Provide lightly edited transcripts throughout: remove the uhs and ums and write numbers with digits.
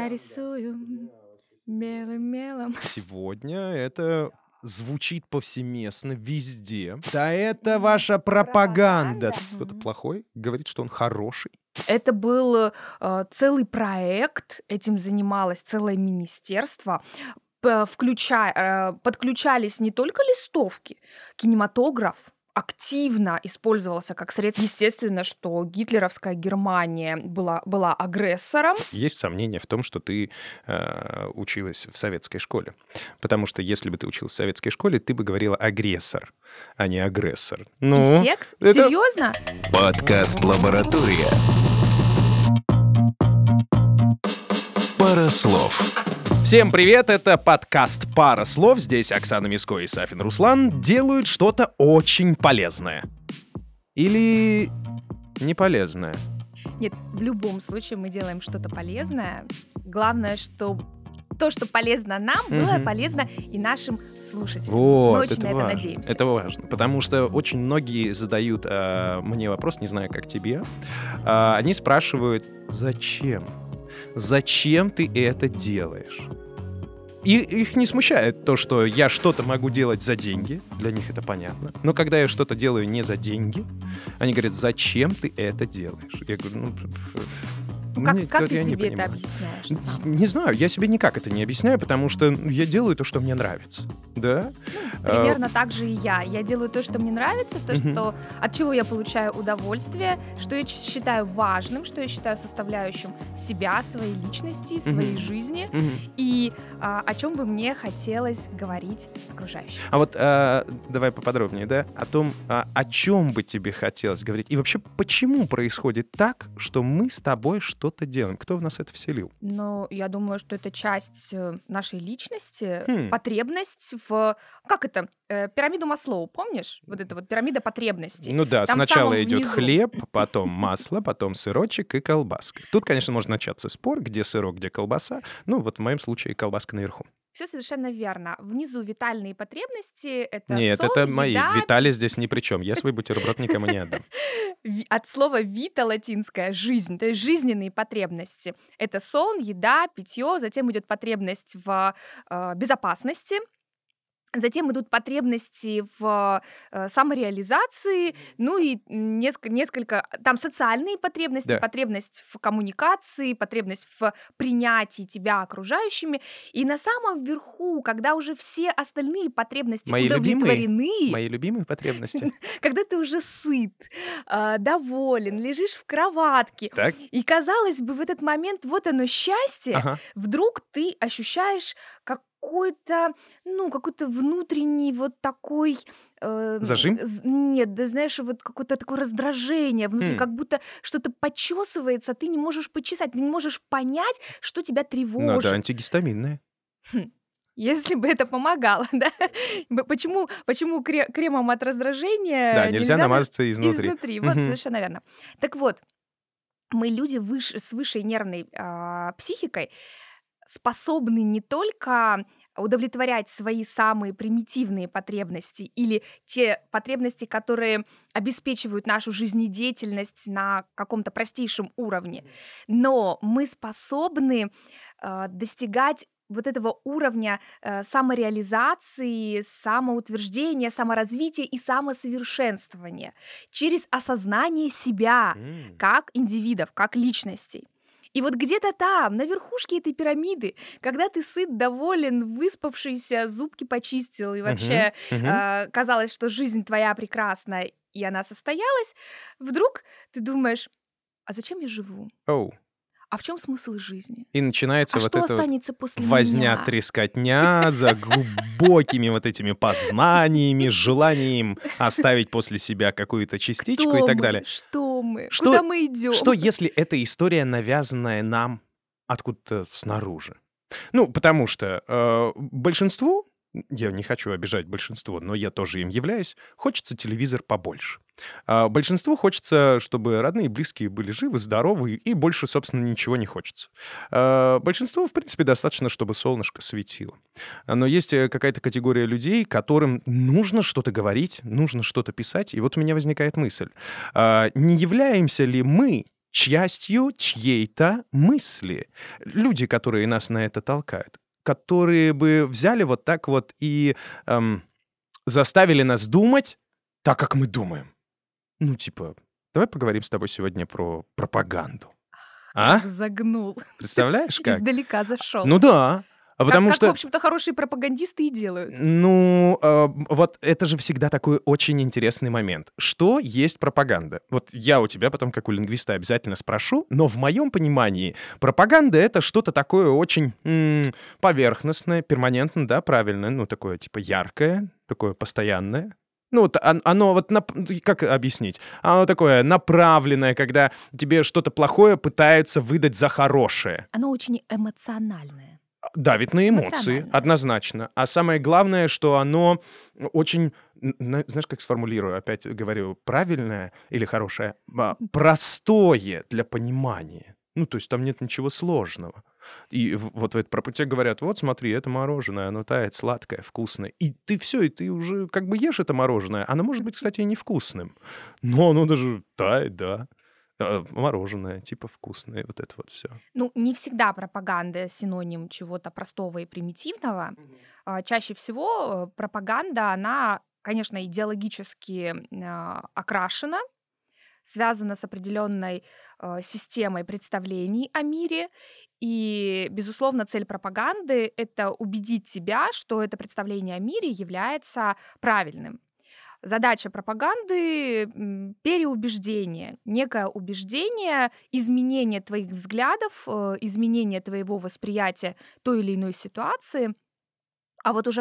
нарисую белым мелом. Сегодня это звучит повсеместно везде. Да это ваша пропаганда. Кто-то плохой говорит, что он хороший. Это был целый проект, этим занималось целое министерство. Подключались не только листовки, кинематограф активно использовался как средство. Естественно, что гитлеровская Германия была агрессором. Есть сомнения в том, что ты училась в советской школе. Потому что если бы ты училась в советской школе, ты бы говорила «агрессор», а не «агрессор». И секс? Серьезно? Подкаст «Лаборатория». Пара слов. Всем привет, это подкаст «Пара слов». Здесь Оксана Миско и Сафин Руслан делают что-то очень полезное. Или не полезное. Нет, в любом случае мы делаем что-то полезное. Главное, что то, что полезно нам, было полезно и нашим слушателям. Вот, мы очень на это важно. надеемся. Это важно, потому что очень многие задают мне вопрос, не знаю, как тебе. Они спрашивают, зачем? Зачем ты это делаешь? И их не смущает то, что я что-то могу делать за деньги. Для них это понятно. Но когда я что-то делаю не за деньги, они говорят, зачем ты это делаешь? Я говорю, как ты себе это объясняешь сам? Не знаю, я себе никак это не объясняю, потому что я делаю то, что мне нравится. Да? Примерно так же и я. Я делаю то, что мне нравится, то, от чего я получаю удовольствие, что я считаю важным, что я считаю составляющим себя, своей личности, своей жизни, и о чем бы мне хотелось говорить окружающим. А вот давай поподробнее, да, о том, о чем бы тебе хотелось говорить, и вообще, почему происходит так, что мы с тобой что-то делаем? Кто в нас это вселил? Ну, я думаю, что это часть нашей личности, потребность в... Как это? Пирамиду Маслоу, помнишь? Вот это вот пирамида потребностей. Ну да, Там сначала идет внизу хлеб, потом масло, потом сырочек и колбаска. Тут, конечно, может начаться спор, где сырок, где колбаса. Ну, вот в моем случае колбаска наверху. Все совершенно верно. Внизу витальные потребности — это Нет, сон, это мои. еда. Виталий здесь ни при чем. Я свой бутерброд никому не отдам. От слова «вита» латинское — жизнь, то есть жизненные потребности. Это сон, еда, питье, затем идет потребность в безопасности, затем идут потребности в самореализации, ну и несколько там социальные потребности, Да. потребность в коммуникации, потребность в принятии тебя окружающими. И на самом верху, когда уже все остальные потребности удовлетворены, Мои любимые потребности. когда ты уже сыт, доволен, лежишь в кроватке, Так. и, казалось бы, в этот момент вот оно счастье, Ага. вдруг ты ощущаешь какой-то внутренний вот такой... Зажим? Нет, да знаешь, вот какое-то такое раздражение внутри, как будто что-то почесывается, ты не можешь почесать, ты не можешь понять, что тебя тревожит. Надо антигистаминное. Если бы это помогало, да? Почему кремом от раздражения Да, нельзя намазаться изнутри. Вот, совершенно верно. Так вот, мы люди с высшей нервной психикой способны не только удовлетворять свои самые примитивные потребности или те потребности, которые обеспечивают нашу жизнедеятельность на каком-то простейшем уровне, но мы способны достигать вот этого уровня самореализации, самоутверждения, саморазвития и самосовершенствования через осознание себя как индивидов, как личностей. И вот где-то там, на верхушке этой пирамиды, когда ты сыт, доволен, выспавшийся, зубки почистил, и вообще казалось, что жизнь твоя прекрасна, и она состоялась, вдруг ты думаешь, а зачем я живу? Оу. А в чем смысл жизни? И начинается А вот что эта останется после возня, меня? трескотня за глубокими вот этими познаниями, желанием оставить после себя какую-то частичку и так далее. Что мы? Куда мы идем? Что, если эта история, навязанная нам откуда-то снаружи? Ну, потому что большинству, я не хочу обижать большинство, но я тоже им являюсь, хочется телевизор побольше. Большинству хочется, чтобы родные и близкие были живы, здоровы, и больше, собственно, ничего не хочется. Большинству, в принципе, достаточно, чтобы солнышко светило. Но есть какая-то категория людей, которым нужно что-то говорить, нужно что-то писать, и вот у меня возникает мысль. Не являемся ли мы частью чьей-то мысли. Люди, которые нас на это толкают, которые бы взяли вот так вот и заставили нас думать так, как мы думаем. Ну, типа, давай поговорим с тобой сегодня про пропаганду. А? Загнул. Представляешь, как? Издалека зашел. Ну да. А потому Как, что, в общем-то, хорошие пропагандисты и делают. ну, вот это же всегда такой очень интересный момент. Что есть пропаганда? Вот я у тебя потом, как у лингвиста, обязательно спрошу, но в моем понимании пропаганда — это что-то такое очень поверхностное, перманентное, да, правильно, ну, такое типа яркое, такое постоянное. Ну, вот оно вот, как объяснить? Оно такое направленное, когда тебе что-то плохое пытаются выдать за хорошее. Оно очень эмоциональное. Давит на эмоции, Эмоционально. однозначно. А самое главное, что оно очень, знаешь, как сформулирую, опять говорю, правильное или хорошее? Простое для понимания. Ну, то есть там нет ничего сложного. И вот в этой пропаганде говорят, вот смотри, это мороженое, оно тает, сладкое, вкусное. И ты все, и ты уже как бы ешь это мороженое. Оно может быть, кстати, и невкусным, но оно даже тает, да. Мороженое, типа вкусное, вот это вот все. Ну, не всегда пропаганда синоним чего-то простого и примитивного. Чаще всего пропаганда, она, конечно, идеологически окрашена, связана с определенной системой представлений о мире. И, безусловно, цель пропаганды — это убедить тебя, что это представление о мире является правильным. Задача пропаганды переубеждение, некое убеждение, изменение твоих взглядов, изменение твоего восприятия той или иной ситуации. А вот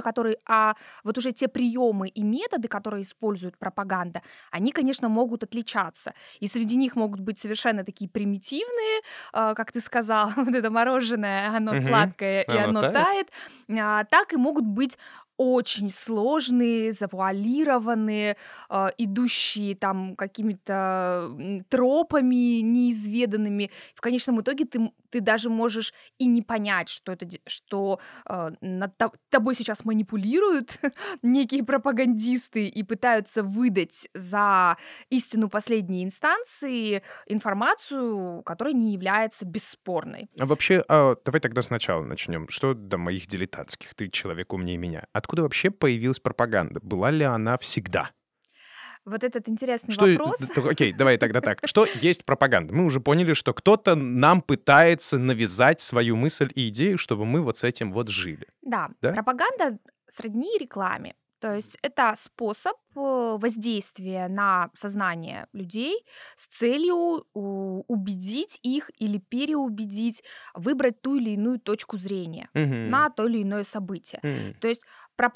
уже те приемы и методы, которые использует пропаганда, они, конечно, могут отличаться. И среди них могут быть совершенно такие примитивные, как ты сказал, вот это мороженое, оно Мгм. сладкое и Оно оно тает. тает, так и могут быть очень сложные, завуалированные, идущие там какими-то тропами неизведанными. В конечном итоге ты даже можешь и не понять, что над тобой сейчас манипулируют некие пропагандисты и пытаются выдать за истину последней инстанции информацию, которая не является бесспорной. А вообще, давай тогда сначала начнем. Что до моих дилетантских? Ты человек умнее меня. Откуда вообще появилась пропаганда? Была ли она всегда? Вот этот интересный Что, вопрос. окей, давай тогда так. Что есть пропаганда? Мы уже поняли, что кто-то нам пытается навязать свою мысль и идею, чтобы мы вот с этим вот жили. Да, Да? пропаганда сродни рекламе. То есть это способ воздействия на сознание людей с целью убедить их или переубедить выбрать ту или иную точку зрения Мгм. на то или иное событие. М. То есть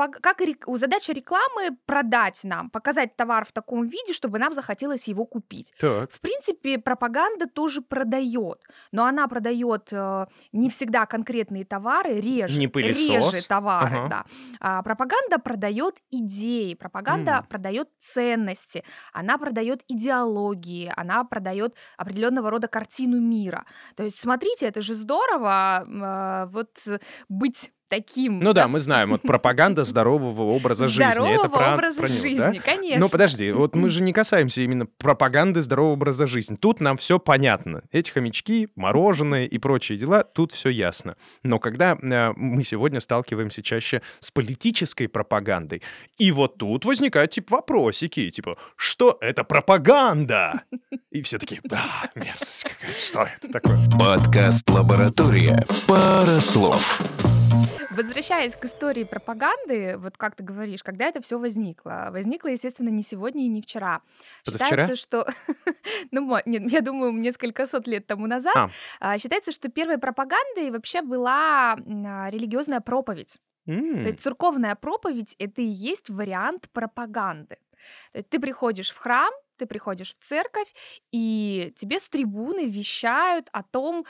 задача рекламы продать нам, показать товар в таком виде, чтобы нам захотелось его купить. Так. В принципе, пропаганда тоже продает, но она продает не всегда конкретные товары, Не реже пылесос. товары, Ага. да. Пропаганда продает идеи, пропаганда продает ценности, она продает идеологии, она продает определенного рода картину мира. То есть, смотрите, это же здорово, быть таким, Ну да, да, мы знаем, вот пропаганда здорового образа жизни. Это здорового про образа него, да? жизни, Но конечно. подожди, вот мы же не касаемся именно пропаганды здорового образа жизни. Тут нам все понятно. Эти хомячки, мороженое и прочие дела, тут все ясно. Но когда мы сегодня сталкиваемся чаще с политической пропагандой, и вот тут возникают типа вопросики, типа, что это пропаганда? И все такие, мерзость какая, что это такое? Подкаст «Лаборатория». Пара слов. Возвращаясь к истории пропаганды, вот как ты говоришь, когда это все возникло? Возникло, естественно, не сегодня и не вчера. Позавчера? Считается, что... Нет, я думаю, несколько сот лет тому назад. Считается, что первой пропагандой вообще была религиозная проповедь. То есть церковная проповедь — это и есть вариант пропаганды. То есть ты приходишь в храм, ты приходишь в церковь, и тебе с трибуны вещают о том,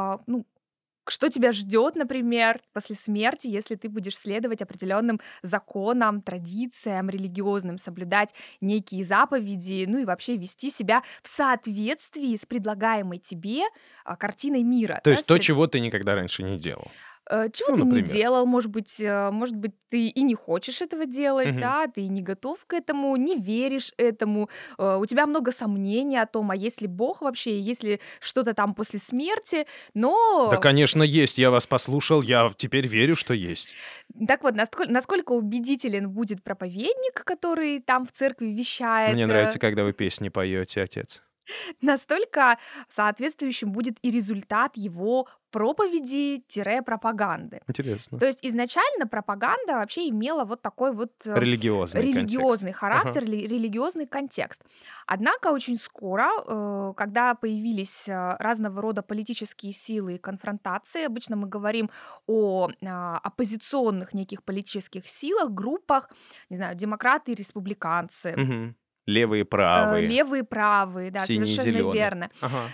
что тебя ждет, например, после смерти, если ты будешь следовать определенным законам, традициям религиозным, соблюдать некие заповеди, ну и вообще вести себя в соответствии с предлагаемой тебе картиной мира. То да, есть то, чего ты никогда раньше не делал. Чего Ну, ты не например. делал, может быть, ты и не хочешь этого делать, Мгм. да, ты не готов к этому, не веришь этому, у тебя много сомнений о том, а есть ли Бог вообще, есть ли что-то там после смерти, Да, но конечно, есть. Я вас послушал, я теперь верю, что есть. так вот, насколько убедителен будет проповедник, который там в церкви вещает, Мне нравится, когда вы песни поете, отец. настолько соответствующим будет и результат его проповеди-пропаганды. Интересно. То есть изначально пропаганда вообще имела вот такой вот Религиозный контекст. религиозный Ага. характер, религиозный контекст. Однако очень скоро, когда появились разного рода политические силы и конфронтации, обычно мы говорим о оппозиционных неких политических силах, группах, не знаю, демократы и республиканцы, Мгм. Левые, правые, левые, правые, да, синие, совершенно зеленые. верно. Ага.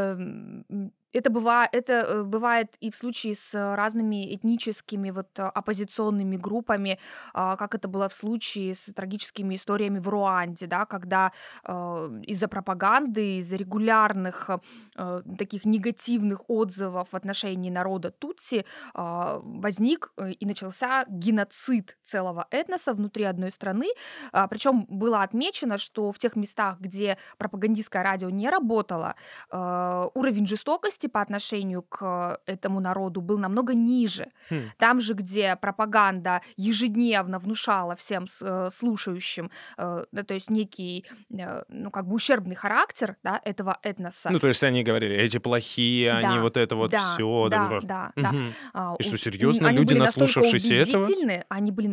Это бывает и в случае с разными этническими вот оппозиционными группами, как это было в случае с трагическими историями в Руанде, да, когда из-за пропаганды, из-за регулярных таких негативных отзывов в отношении народа Тутси возник и начался геноцид целого этноса внутри одной страны. Причем было отмечено, что в тех местах, где пропагандистское радио не работало, уровень жестокости по отношению к этому народу был намного ниже. Хм. Там же, где пропаганда ежедневно внушала всем слушающим, да, то есть некий, ну, как бы ущербный характер, да, этого этноса. Ну, то есть они говорили, эти плохие, они Да, вот это вот да, все. да, да, да. И что, серьезно, Они люди, были настолько наслушавшись этого? убедительны,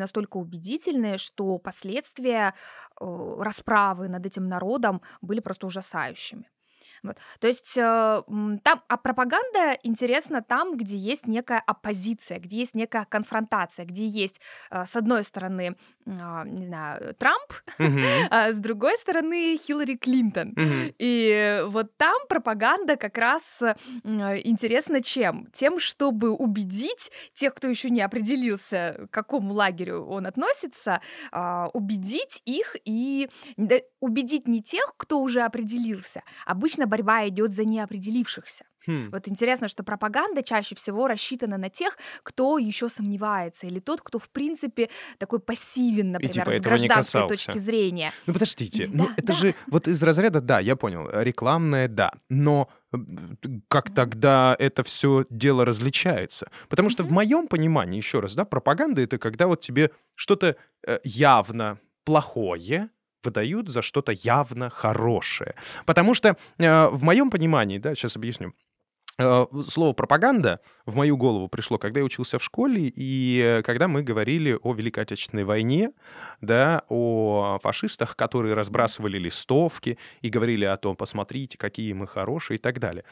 что последствия расправы над этим народом были просто ужасающими. Вот. То есть, пропаганда интересна там, где есть некая оппозиция, где есть некая конфронтация, где есть, с одной стороны, не знаю, Трамп, Мгм. а с другой стороны Хиллари Клинтон. Мгм. И вот там пропаганда как раз, интересна чем? Тем, чтобы убедить тех, кто еще не определился, к какому лагерю он относится, убедить их и убедить не тех, кто уже определился. Обычно борьба идет за неопределившихся. Хм. Вот интересно, что пропаганда чаще всего рассчитана на тех, кто еще сомневается, или тот, кто, в принципе, такой пассивен, И например, типа с этого не гражданской точки касался. зрения. Ну, подождите, ну Да, это да. же вот из разряда, да, я понял, рекламное, да, но как Мгм. тогда это все дело различается? Потому что в Мгм. моем понимании, еще раз, да, пропаганда — это когда вот тебе что-то явно плохое выдают за что-то явно хорошее. Потому что в моем понимании, да, сейчас объясню, слово «пропаганда» в мою голову пришло, когда я учился в школе и когда мы говорили о Великой Отечественной войне, да, о фашистах, которые разбрасывали листовки и говорили о том, посмотрите, какие мы хорошие и так далее.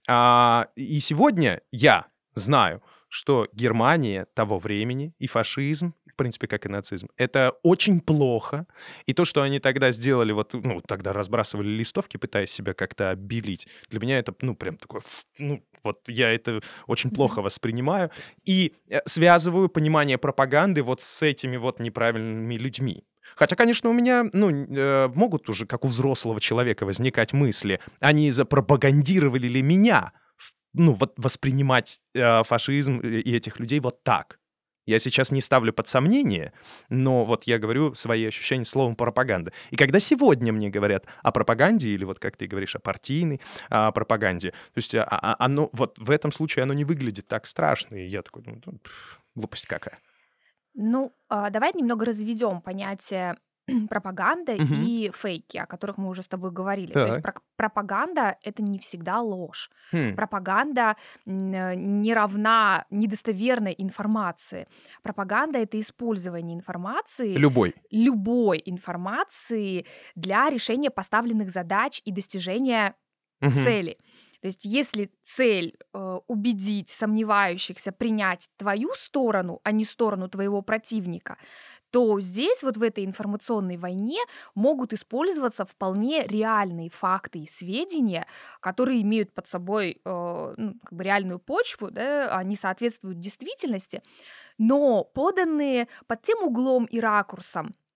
И сегодня я знаю, что Германия того времени и фашизм, в принципе, как и нацизм, это очень плохо. И то, что они тогда сделали, вот, ну, тогда разбрасывали листовки, пытаясь себя как-то обелить, для меня это, ну, прям такое, ну, вот я это очень Мгм. плохо воспринимаю. И связываю понимание пропаганды вот с этими вот неправильными людьми. Хотя, конечно, у меня, ну, могут уже, как у взрослого человека, возникать мысли, они запропагандировали ли меня, ну, вот воспринимать фашизм и этих людей вот так. Я сейчас не ставлю под сомнение, но вот я говорю свои ощущения словом пропаганда. И когда сегодня мне говорят о пропаганде, или вот как ты говоришь, о партийной пропаганде, то есть оно вот в этом случае оно не выглядит так страшно. И я такой, ну, глупость какая. Ну, давай немного разведем понятие пропаганда Мгм. и фейки, о которых мы уже с тобой говорили. То есть Так. пропаганда это не всегда ложь. Хм. Пропаганда не равна недостоверной информации. Пропаганда это использование информации, Любой. любой информации для решения поставленных задач и достижения Мгм. цели. То есть, если цель убедить сомневающихся принять твою сторону, а не сторону твоего противника, то здесь, вот в этой информационной войне, могут использоваться вполне реальные факты и сведения, которые имеют под собой ну, как бы реальную почву, да, они соответствуют действительности, но поданные под тем углом и ракурсом,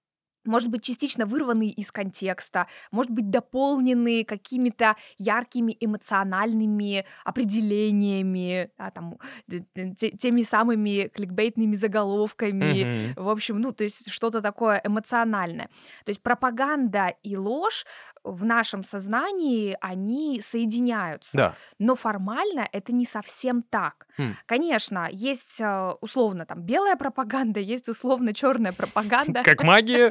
может быть, частично вырванные из контекста, может быть, дополненные какими-то яркими эмоциональными определениями, да, там, теми самыми кликбейтными заголовками. Мгм. В общем, ну, то есть что-то такое эмоциональное. То есть пропаганда и ложь в нашем сознании, они соединяются. Да. Но формально это не совсем так. Хм. Конечно, есть условно там белая пропаганда, есть условно черная пропаганда. Как магия?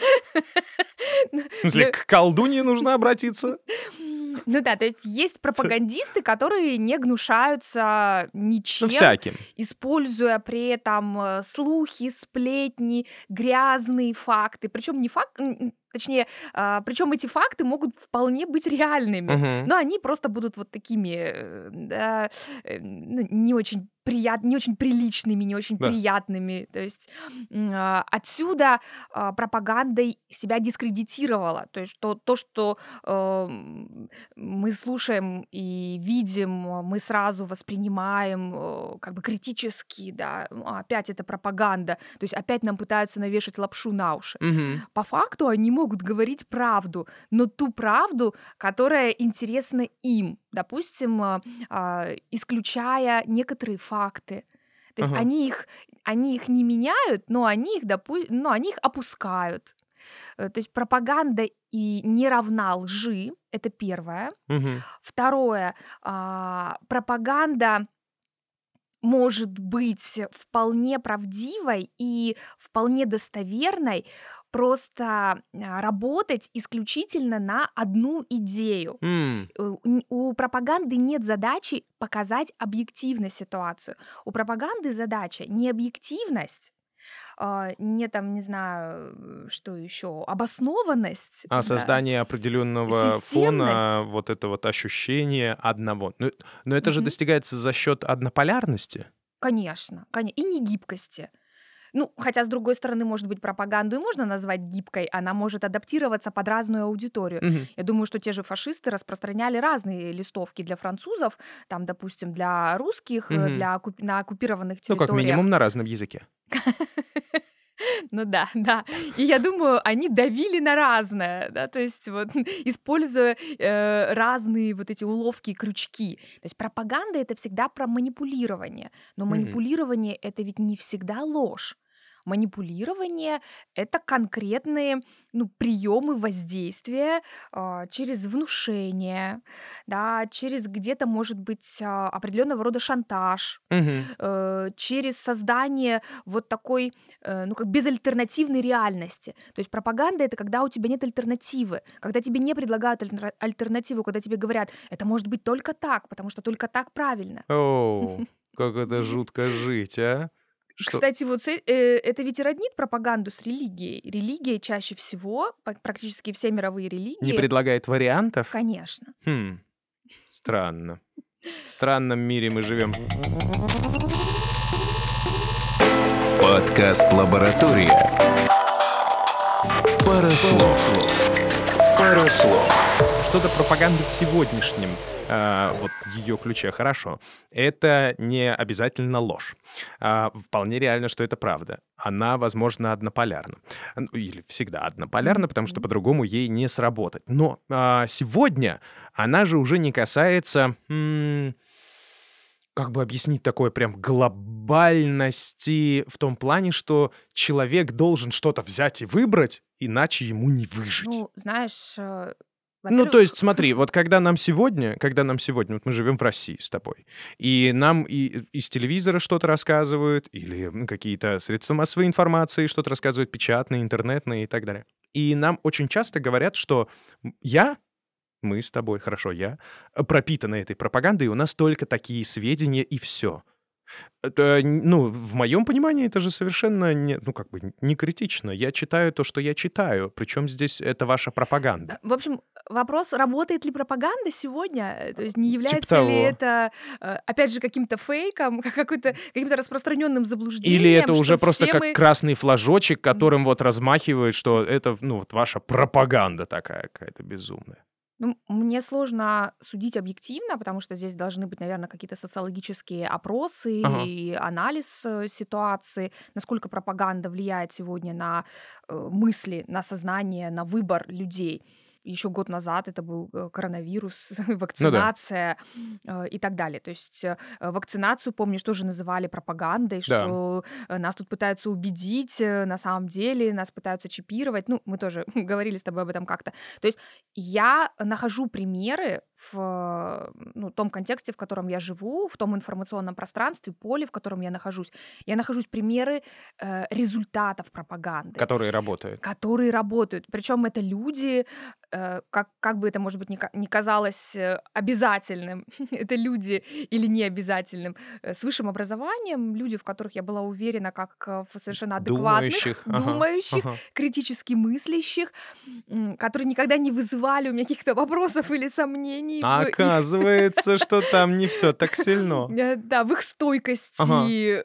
В смысле, Ну, к колдунье нужно обратиться? ну да, то есть пропагандисты, которые не гнушаются Ну, ничем, всяким. используя при этом слухи, сплетни, грязные факты. Причем не факт, точнее, причем эти факты могут вполне быть реальными, Мгм. но они просто будут вот такими, да, ну, не очень не очень приличными, не очень Да. приятными. То есть отсюда пропаганда себя дискредитировала. То есть то, что мы слушаем и видим, мы сразу воспринимаем как бы критически, да, опять это пропаганда, то есть опять нам пытаются навешать лапшу на уши. Мгм. По факту они могут говорить правду, но ту правду, которая интересна им, допустим, исключая некоторые факты. То есть Ага. они их не меняют, но они их опускают. То есть пропаганда и не равна лжи, это первое. Мгм. Второе, пропаганда может быть вполне правдивой и вполне достоверной, просто работать исключительно на одну идею. М. У пропаганды нет задачи показать объективно ситуацию. У пропаганды задача не объективность, не там, не знаю, что еще, обоснованность, А да, создание определенного системность. фона, вот это вот ощущение одного. Но это же Мгм. достигается за счет однополярности. Конечно, и не гибкости. Ну, хотя, с другой стороны, может быть, пропаганду и можно назвать гибкой, она может адаптироваться под разную аудиторию. Мгм. Я думаю, что те же фашисты распространяли разные листовки для французов, там, допустим, для русских, Мгм. на оккупированных Ну, как минимум, территориях. на разном языке. Ну да, да. И я думаю, они давили на разное, да, то есть вот используя разные вот эти уловки и крючки. То есть пропаганда это всегда про манипулирование, но Мгм. манипулирование это ведь не всегда ложь. Манипулирование это конкретные приемы воздействия через внушение, да, через где-то может быть определенного рода шантаж, Мгм. через создание вот такой, как безальтернативной реальности. То есть пропаганда это когда у тебя нет альтернативы, когда тебе не предлагают альтернативу, когда тебе говорят, это может быть только так, потому что только так правильно. О, как это жутко жить, а? Что Кстати, вот это ведь и роднит пропаганду с религией. Религия чаще всего, практически все мировые не религии, предлагает вариантов? конечно. Хм, странно. В странном мире мы живем. Подкаст «Лаборатория». Пара слов. Пара слов. Что-то пропаганды в сегодняшнем вот ее ключе хорошо. Это не обязательно ложь. Вполне реально, что это правда. Она, возможно, однополярна. Ну, или всегда однополярна, потому что Мгм. по-другому ей не сработать. Но сегодня она же уже не касается, как бы объяснить такое прям глобальности в том плане, что человек должен что-то взять и выбрать, иначе ему не выжить. Ну, знаешь, Ну, то во-первых, есть, смотри, вот когда нам сегодня, вот мы живем в России с тобой, и нам из телевизора что-то рассказывают, или какие-то средства массовой информации что-то рассказывают, печатные, интернетные и так далее. И нам очень часто говорят, что мы с тобой, хорошо, я, пропитаны этой пропагандой, и у нас только такие сведения, и все. Это, в моем понимании это же совершенно не критично. Я читаю то, что я читаю. Причем здесь это ваша пропаганда? в общем, вопрос, работает ли пропаганда сегодня, то есть не Типа является ли того. это, опять же, каким-то фейком, каким-то распространенным Или заблуждением, это уже что просто все как мы... красный флажочек, которым вот размахивают, что это, вот ваша пропаганда такая какая-то безумная. Ну, мне сложно судить объективно, потому что здесь должны быть, наверное, какие-то социологические опросы Ага. и анализ ситуации, насколько пропаганда влияет сегодня на мысли, на сознание, на выбор людей. Еще год назад это был коронавирус, Ну да. вакцинация и так далее. То есть вакцинацию, помнишь, тоже называли пропагандой, Да. что нас тут пытаются убедить, на самом деле нас пытаются чипировать. Ну, мы тоже говорили с тобой об этом как-то. То есть я нахожу примеры в, ну, том контексте, в котором я живу, в том информационном пространстве, поле, в котором я нахожусь. Я нахожусь примеры результатов пропаганды, Которые работают. которые работают. Причем это люди, как бы это, может быть, не казалось обязательным, это люди или не обязательным, с высшим образованием, люди, в которых я была уверена, как в совершенно адекватных, Думающих. Ага. думающих, Ага. критически мыслящих, которые никогда не вызывали у меня каких-то вопросов или сомнений А в их оказывается, что там не все так сильно. да, в их Ага. стойкости,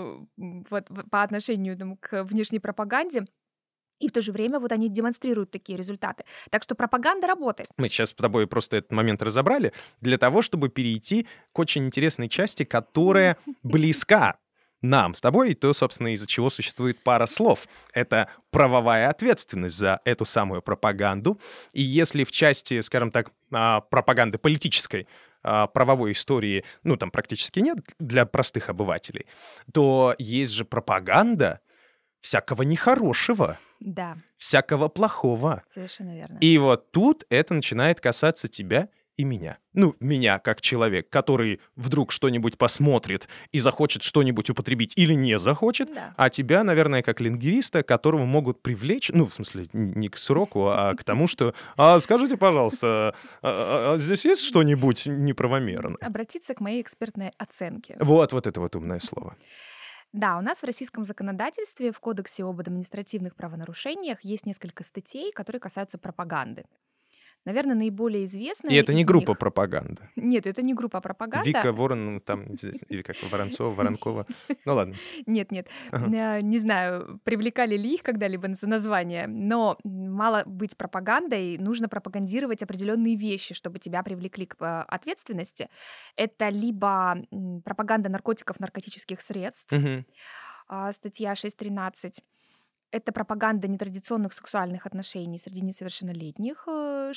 вот по отношению там к внешней пропаганде. И в то же время вот они демонстрируют такие результаты. Так что пропаганда работает. Мы сейчас с тобой просто этот момент разобрали для того, чтобы перейти к очень интересной части, которая близка нам с тобой, и то, собственно, из-за чего существует пара слов. Это правовая ответственность за эту самую пропаганду. И если в части, скажем так, пропаганды политической, правовой истории, ну, там практически нет для простых обывателей, то есть же пропаганда всякого нехорошего, Да, всякого плохого. совершенно верно. И вот тут это начинает касаться тебя и меня. Ну, меня как человек, который вдруг что-нибудь посмотрит и захочет что-нибудь употребить или не захочет, Да. а тебя, наверное, как лингвиста, которого могут привлечь, ну, в смысле, не к сроку, а к тому, что, скажите, пожалуйста, здесь есть что-нибудь неправомерное? Обратиться к моей экспертной оценке. Вот это вот умное слово. Да, у нас в российском законодательстве в Кодексе об административных правонарушениях есть несколько статей, которые касаются пропаганды. Наверное, наиболее И известная это не из группа них... пропаганда. Нет, это не группа пропаганда. Вика, Ворон, там, или как, Воронцова, Воронкова. Ну ладно. Нет, нет. Ага. Не знаю, привлекали ли их когда-либо за название, но мало быть пропагандой, нужно пропагандировать определенные вещи, чтобы тебя привлекли к ответственности. Это либо пропаганда наркотиков, наркотических средств, Мгм. статья 6.13. Это пропаганда нетрадиционных сексуальных отношений среди несовершеннолетних,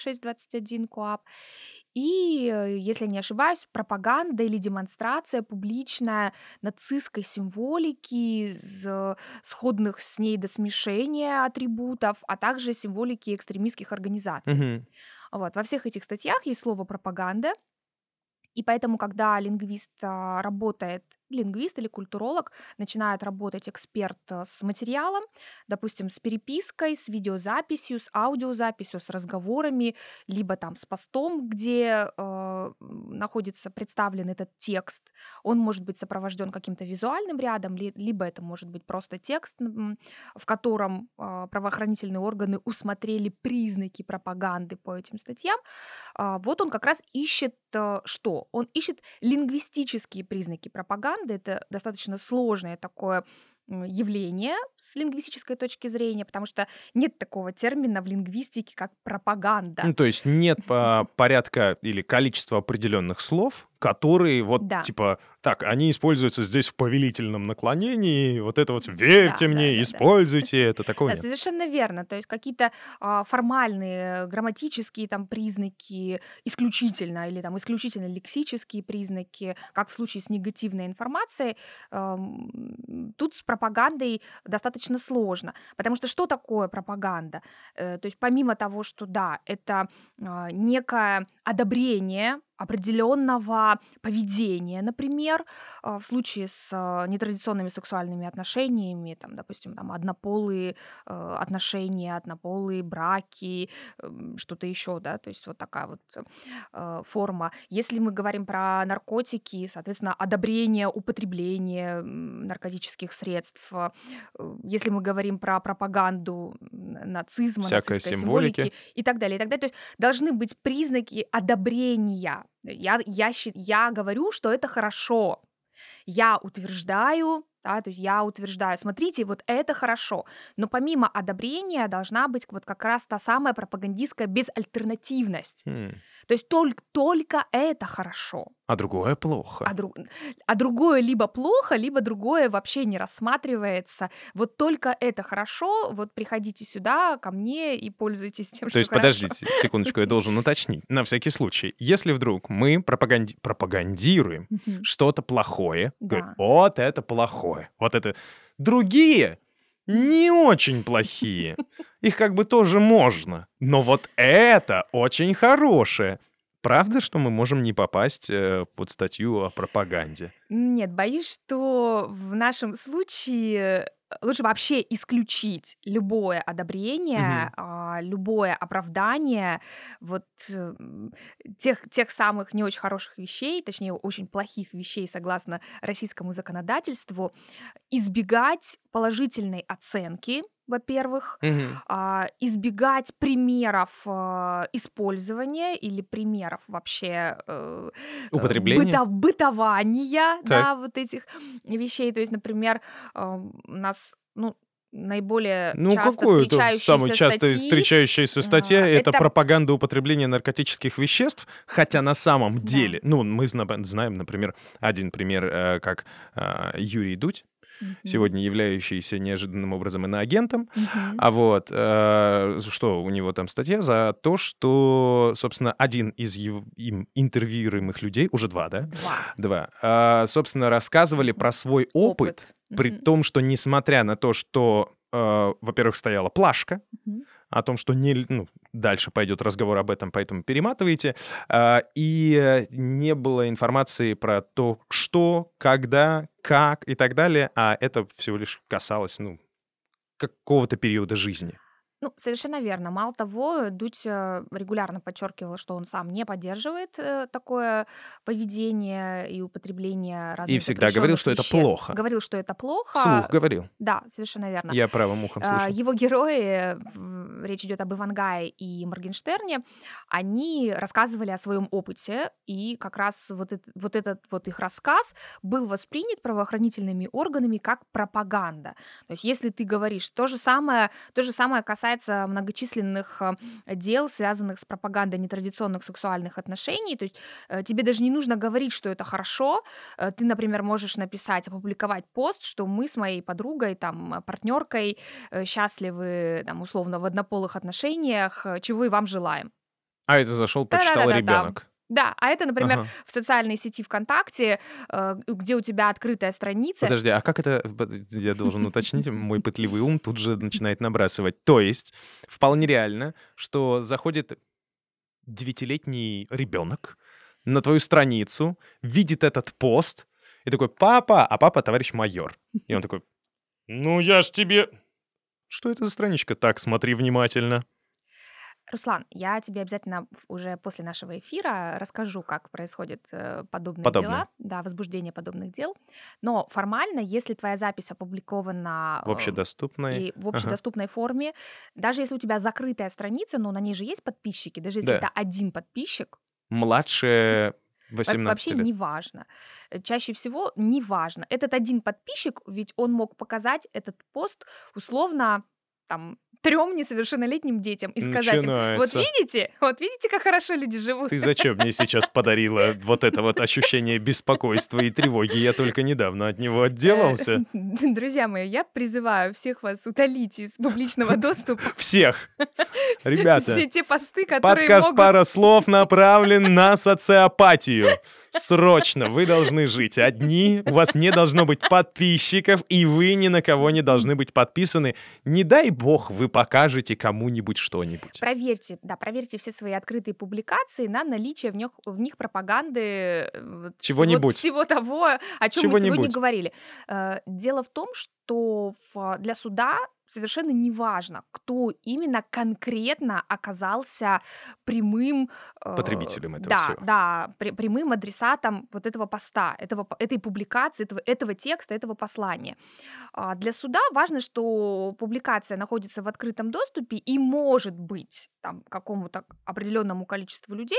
6.21 КоАП. И, если я не ошибаюсь, пропаганда или демонстрация публичная нацистской символики, сходных с ней до смешения атрибутов, а также символики экстремистских организаций. Мгм. Вот. Во всех этих статьях есть слово пропаганда, и поэтому, когда работает, лингвист или культуролог, начинает работать эксперт с материалом, допустим, с перепиской, с видеозаписью, с аудиозаписью, с разговорами, либо там с постом, где находится представлен этот текст, он может быть сопровожден каким-то визуальным рядом, либо это может быть просто текст, в котором правоохранительные органы усмотрели признаки пропаганды по этим статьям. Вот он как раз ищет что? Он ищет лингвистические признаки пропаганды. Это достаточно сложное такое явление с лингвистической точки зрения, потому что нет такого термина в лингвистике, как пропаганда. Ну, то есть нет порядка или количества определенных слов, которые вот Да, типа, так, они используются здесь в повелительном наклонении, вот это вот да, верьте да, мне, да, да. используйте это, такого Да, нет. совершенно верно. То есть какие-то формальные грамматические там признаки исключительно или там исключительно лексические признаки, как в случае с негативной информацией, тут с пропагандой достаточно сложно. Потому что такое пропаганда? То есть помимо того, что да, это некое одобрение определенного поведения, например, в случае с нетрадиционными сексуальными отношениями, там, допустим, там, однополые отношения, однополые браки, что-то еще, да, то есть вот такая вот форма. Если мы говорим про наркотики, соответственно, одобрение употребления наркотических средств. Если мы говорим про пропаганду нацизма, Всякой нацистской символики. символики и так далее, и так далее. То есть должны быть признаки одобрения. Я говорю, что это хорошо. Я утверждаю, Да, то есть я утверждаю, смотрите, вот это хорошо. Но помимо одобрения должна быть вот как раз та самая пропагандистская безальтернативность. М. То есть только это хорошо. А другое А, плохо. а другое либо плохо, либо другое вообще не рассматривается. Вот только это хорошо, вот приходите сюда ко мне и пользуйтесь тем, То что есть, хорошо. подождите, секундочку, я должен уточнить. На всякий случай, если вдруг мы пропагандируем Мгм. что-то плохое, говорим, Да. вот это плохое, вот это... Другие не очень плохие. Их как бы тоже можно. Но вот это очень хорошее. Правда, что мы можем не попасть под статью о пропаганде? Нет, боюсь, что в нашем случае лучше вообще исключить любое одобрение, Мгм. любое оправдание вот тех самых не очень хороших вещей, точнее, очень плохих вещей, согласно российскому законодательству, избегать положительной оценки, во-первых, Мгм. избегать примеров использования или примеров вообще Употребление? бытования, Так. да, вот этих вещей. То есть, например, у нас, ну, наиболее Ну, часто какое-то самая встречающиеся часто статьи встречающаяся статья — это это пропаганда употребления наркотических веществ, хотя на самом да. деле, ну, мы знаем, например, один пример, как Юрий Дудь, Мгм. сегодня являющийся неожиданным образом иноагентом, Мгм. а вот что у него там статья за то, что, собственно, один из им интервьюируемых людей, уже два, да? 2. Два, собственно, рассказывали Мгм. про свой опыт, Опыт. при Мгм. том, что несмотря на то, что, во-первых, стояла плашка Мгм. о том, что ну, дальше пойдет разговор об этом, поэтому перематывайте, не было информации про то, что, когда, как и так далее, а это всего лишь касалось, ну, какого-то периода жизни. Ну, совершенно верно. Мало того, Дудь регулярно подчеркивал, что он сам не поддерживает такое поведение и употребление И разных всегда говорил, запрещенных что это веществ. плохо. Говорил, что это Вслух плохо. говорил. Да, совершенно верно. Я правым ухом слышал. Его герои, речь идет об Ивангае и Моргенштерне, они рассказывали о своем опыте, и как раз вот этот вот их рассказ был воспринят правоохранительными органами как пропаганда. То есть если ты говоришь то же самое касается многочисленных дел, связанных с пропагандой нетрадиционных сексуальных отношений, то есть тебе даже не нужно говорить, что это хорошо, ты, например, можешь написать, опубликовать пост, что мы с моей подругой, там, партнеркой счастливы, там, условно, в однополых отношениях, чего и вам желаем. А это зашел, почитал Та-да-да-да-там. ребенок. Да, а это, например, Ага. в социальной сети ВКонтакте, где у тебя открытая страница. Подожди, а как это... Я должен уточнить, мой пытливый ум тут же начинает набрасывать. То есть вполне реально, что заходит 9-летний ребенок на твою страницу, видит этот пост и такой: папа, а папа товарищ майор. И он такой: ну я ж тебе... Что это за страничка? Так, смотри внимательно. Руслан, я тебе обязательно уже после нашего эфира расскажу, как происходят подобные Подобное. дела, да, возбуждение подобных дел. Но формально, если твоя запись опубликована В общедоступной. и в Ага. общедоступной форме, даже если у тебя закрытая страница, но на ней же есть подписчики, даже если это Да. один подписчик, Младше 18 вообще лет. не важно. Чаще всего не важно. Этот один подписчик, ведь он мог показать этот пост условно там 3 несовершеннолетним детям и сказать им: Начинается. вот видите, как хорошо люди живут. Ты зачем мне сейчас подарила вот это вот ощущение беспокойства и тревоги? Я только недавно от него отделался. Друзья мои, я призываю всех вас удалить из публичного доступа Всех. Ребята, все те посты, которые подкаст могут... «Пара слов» направлен на социопатию. Срочно вы должны жить одни, у вас не должно быть подписчиков, и вы ни на кого не должны быть подписаны. Не дай бог вы покажете кому-нибудь что-нибудь. Проверьте все свои открытые публикации на наличие в них пропаганды вот Чего-нибудь. всего того, о чем мы сегодня Чего-нибудь. говорили. Дело в том, что для суда совершенно не важно, кто именно конкретно оказался прямым, Потребителем этого да, всего. да, прямым адресатом вот этого поста, этой публикации, этого текста, этого послания. Для суда важно, что публикация находится в открытом доступе и может быть там какому-то определенному количеству людей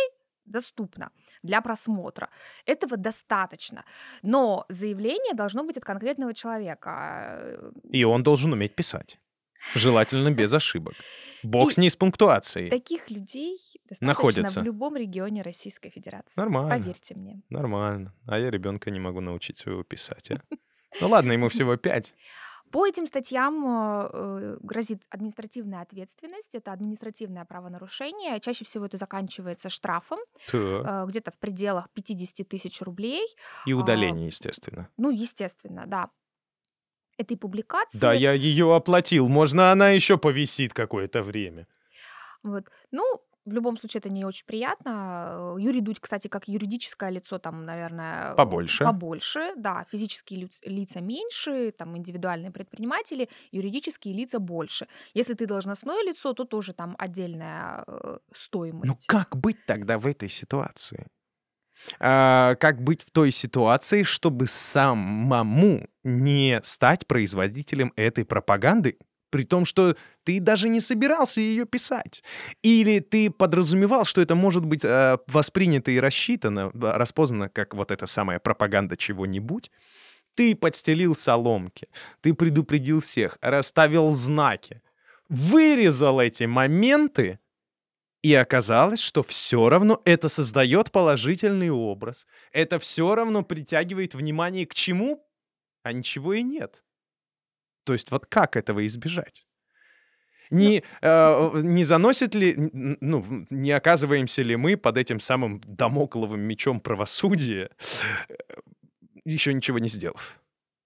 доступно для просмотра. Этого достаточно. Но заявление должно быть от конкретного человека. И он должен уметь писать. Желательно без ошибок. Бог И с ней с пунктуацией. таких людей достаточно в Находится. любом регионе Российской Федерации. Нормально, Поверьте мне. нормально. А я ребенка не могу научить своего писать, а? Ну ладно, ему всего 5. По этим статьям грозит административная ответственность. Это административное правонарушение. Чаще всего это заканчивается штрафом, Так. где-то в пределах 50 тысяч рублей. И А, удаление, естественно. Ну, естественно, да. Этой Да, публикации. я ее оплатил. Можно она еще повисит какое-то время. Вот. Ну, в любом случае, это не очень приятно. Юрий Дудь, кстати, как юридическое лицо, там, наверное, Побольше. побольше, да, физические лица меньше, там, индивидуальные предприниматели, юридические лица больше. Если ты должностное лицо, то тоже там отдельная Ну стоимость. как быть тогда в этой ситуации? Как быть в той ситуации, чтобы самому не стать производителем этой пропаганды, при том, что ты даже не собирался ее писать? Или ты подразумевал, что это может быть воспринято и рассчитано, распознано как вот эта самая пропаганда чего-нибудь? Ты подстелил соломки, ты предупредил всех, расставил знаки, вырезал эти моменты, и оказалось, что все равно это создает положительный образ. Это все равно притягивает внимание к чему, а ничего и нет. То есть вот как этого избежать? Ну, Не заносит ли, не оказываемся ли мы под этим самым дамокловым мечом правосудия, еще ничего не сделав?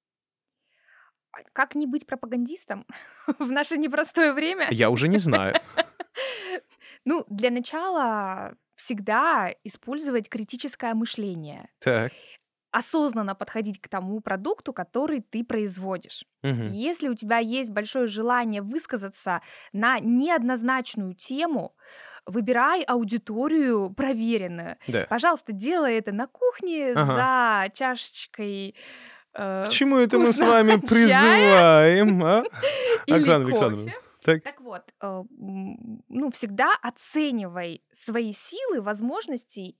как не быть пропагандистом в наше непростое время? Я уже не знаю. Ну, для начала всегда использовать критическое мышление. Так. Осознанно подходить к тому продукту, который ты производишь. Мгм. Если у тебя есть большое желание высказаться на неоднозначную тему, выбирай аудиторию проверенную. Да. Пожалуйста, делай это на кухне Ага. за чашечкой К чему это мы с вкусного вами чая призываем, а? или Оксана Александровна. кофе. Так. Так вот, ну, всегда оценивай свои силы, возможности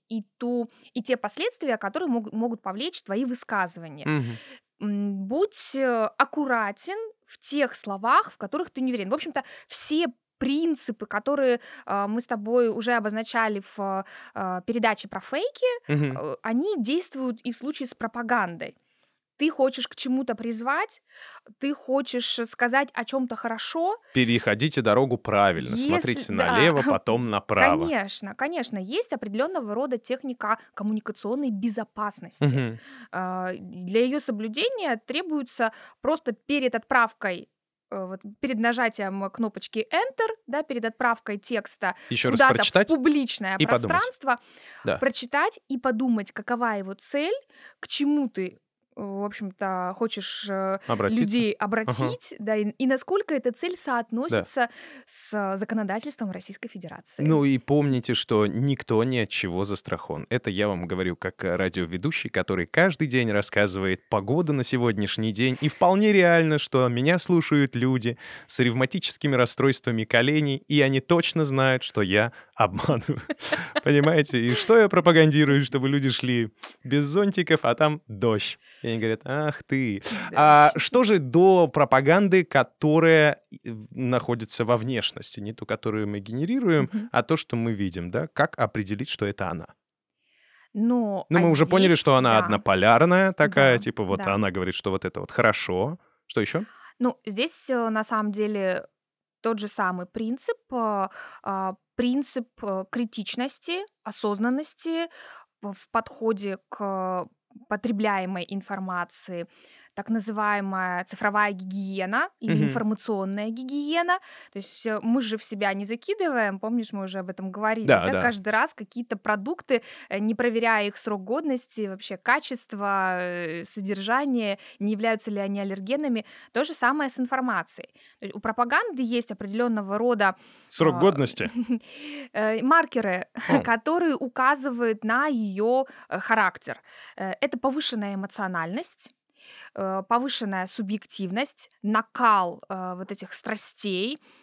и те последствия, которые могут повлечь твои высказывания. Мгм. Будь аккуратен в тех словах, в которых ты не уверен. В общем-то, все принципы, которые мы с тобой уже обозначали в передаче про фейки, Мгм. они действуют и в случае с пропагандой. Ты хочешь к чему-то призвать, ты хочешь сказать о чем-то хорошо. Переходите дорогу правильно. Если, Смотрите да, налево, потом направо. конечно, конечно, есть определенного рода техника коммуникационной безопасности. Мгм. Для ее соблюдения требуется просто перед отправкой, вот перед нажатием кнопочки Enter, да, перед отправкой текста Еще раз куда-то в прочитать публичное и подумать. пространство, Да. прочитать и подумать, какова его цель, к чему ты, в общем-то, хочешь Обратиться. людей Ага. обратить, да, и насколько эта цель Да. соотносится с законодательством Российской Федерации. Ну и помните, что никто ни от чего застрахован. Это я вам говорю как радиоведущий, который каждый день рассказывает погоду на сегодняшний день. И вполне реально, что меня слушают люди с ревматическими расстройствами коленей, и они точно знают, что я обманываю. Понимаете? И что я пропагандирую, чтобы люди шли без зонтиков, а там дождь. И они говорят, ах ты. А Дождь. что же до пропаганды, которая находится во внешности, не ту, которую мы генерируем, Мгм. а то, что мы видим, да? Как определить, что это она? Ну, Ну, а мы уже поняли, здесь, что она да, однополярная такая, да, типа вот да. она говорит, что вот это вот хорошо. Что еще? Ну, здесь на самом деле тот же самый принцип, принцип критичности, осознанности в подходе к потребляемой информации, так называемая цифровая гигиена или Мгм. информационная гигиена. То есть мы же в себя не закидываем, помнишь, мы уже об этом говорили, Да, да, да. каждый раз какие-то продукты, не проверяя их срок годности, вообще качество, содержание, не являются ли они аллергенами. То же самое с информацией. То есть у пропаганды есть определенного рода Срок а, годности? маркеры, О, которые указывают на ее характер. Это повышенная эмоциональность, повышенная субъективность, накал вот этих страстей,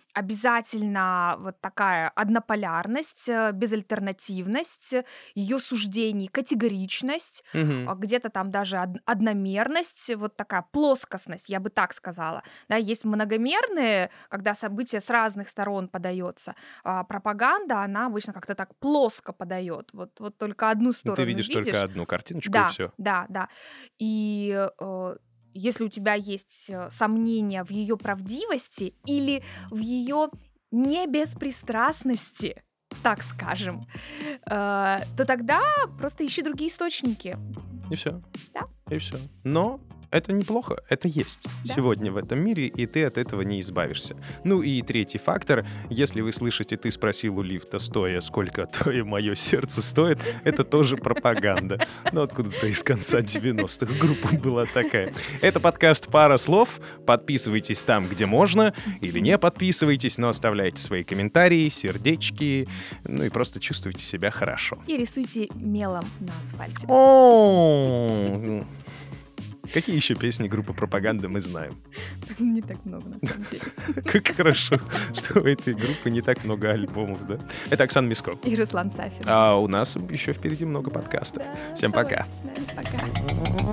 обязательно вот такая однополярность, безальтернативность, ее суждений, категоричность, Мгм. где-то там даже одномерность, вот такая плоскостность, я бы так сказала. Да, есть многомерные, когда событие с разных сторон подается. Пропаганда, она обычно как-то так плоско подает. Вот только одну Ну, ты сторону видишь только видишь. одну картиночку, и Да, все. да, да. И если у тебя есть сомнения в ее правдивости или в ее небеспристрастности, так скажем, то тогда просто ищи другие источники. И все. Да. И все. Но это неплохо, это есть Да. сегодня в этом мире, и ты от этого не избавишься. Ну и третий фактор, если вы слышите, ты спросил у лифта стоя, сколько твое мое сердце стоит, это тоже пропаганда. Ну откуда-то из конца 90-х группа была такая. Это подкаст «Пара слов». Подписывайтесь там, где можно, или не подписывайтесь, но оставляйте свои комментарии, сердечки, ну и просто чувствуйте себя хорошо. И рисуйте мелом на асфальте. О, какие еще песни группы «Пропаганда» мы знаем? Не так много, на самом деле. Как хорошо, что у этой группы не так много альбомов, да? Это Оксана Миско. И Руслан Сафин. А у нас еще впереди много подкастов. Да, Всем пока. оставайтесь с нами.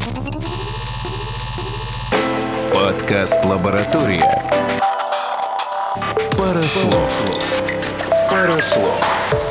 Пока. Подкаст «Лаборатория». Пара слов. Пара слов.